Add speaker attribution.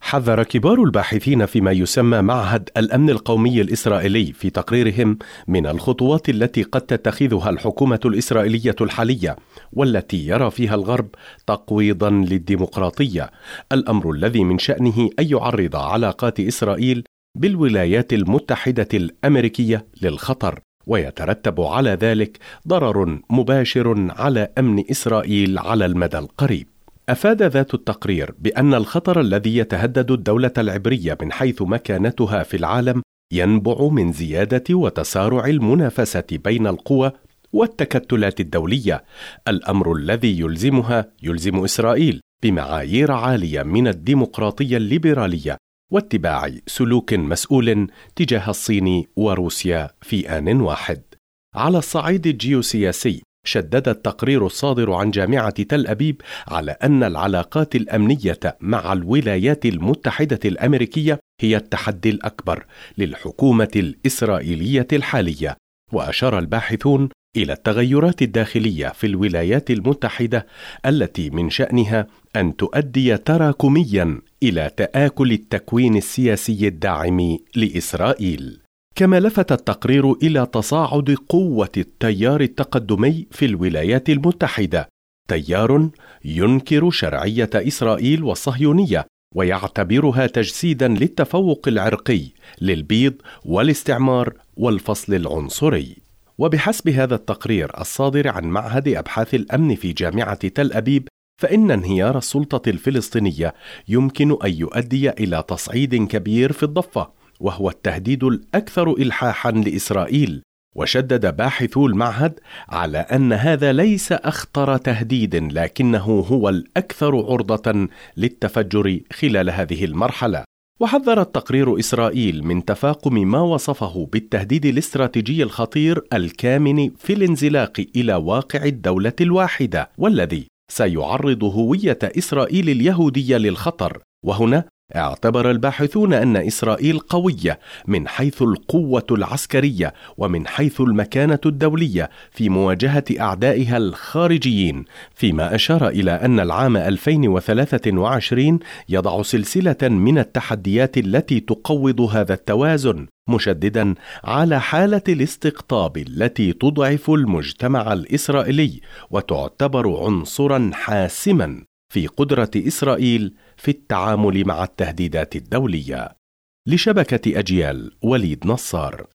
Speaker 1: حذر كبار الباحثين فيما يسمى معهد الأمن القومي الإسرائيلي في تقريرهم من الخطوات التي قد تتخذها الحكومة الإسرائيلية الحالية، والتي يرى فيها الغرب تقويضا للديمقراطية، الأمر الذي من شأنه أن يعرض علاقات إسرائيل بالولايات المتحدة الأمريكية للخطر، ويترتب على ذلك ضرر مباشر على أمن إسرائيل على المدى القريب. أفاد ذات التقرير بأن الخطر الذي يتهدد الدولة العبرية من حيث مكانتها في العالم ينبع من زيادة وتسارع المنافسة بين القوى والتكتلات الدولية، الأمر الذي يلزم إسرائيل بمعايير عالية من الديمقراطية الليبرالية واتباع سلوك مسؤول تجاه الصين وروسيا في آن واحد. على الصعيد الجيوسياسي، شدد التقرير الصادر عن جامعة تل أبيب على أن العلاقات الأمنية مع الولايات المتحدة الأمريكية هي التحدي الأكبر للحكومة الإسرائيلية الحالية، وأشار الباحثون إلى التغيرات الداخلية في الولايات المتحدة التي من شأنها أن تؤدي تراكميا إلى تآكل التكوين السياسي الداعم لإسرائيل. كما لفت التقرير إلى تصاعد قوة التيار التقدمي في الولايات المتحدة، تيار ينكر شرعية إسرائيل والصهيونية ويعتبرها تجسيدا للتفوق العرقي للبيض والاستعمار والفصل العنصري. وبحسب هذا التقرير الصادر عن معهد أبحاث الأمن في جامعة تل أبيب، فإن انهيار السلطة الفلسطينية يمكن أن يؤدي إلى تصعيد كبير في الضفة، وهو التهديد الأكثر إلحاحا لإسرائيل. وشدد باحثو المعهد على أن هذا ليس أخطر تهديد، لكنه هو الأكثر عرضة للتفجر خلال هذه المرحلة. وحذر التقرير إسرائيل من تفاقم ما وصفه بالتهديد الاستراتيجي الخطير الكامن في الانزلاق إلى واقع الدولة الواحدة، والذي سيعرض هوية إسرائيل اليهودية للخطر. وهنا اعتبر الباحثون أن إسرائيل قوية من حيث القوة العسكرية ومن حيث المكانة الدولية في مواجهة أعدائها الخارجيين، فيما أشار إلى أن العام 2023 يضع سلسلة من التحديات التي تقوض هذا التوازن، مشددا على حالة الاستقطاب التي تضعف المجتمع الإسرائيلي وتعتبر عنصرا حاسما في قدرة إسرائيل في التعامل مع التهديدات الدولية. لشبكة أجيال، وليد نصار.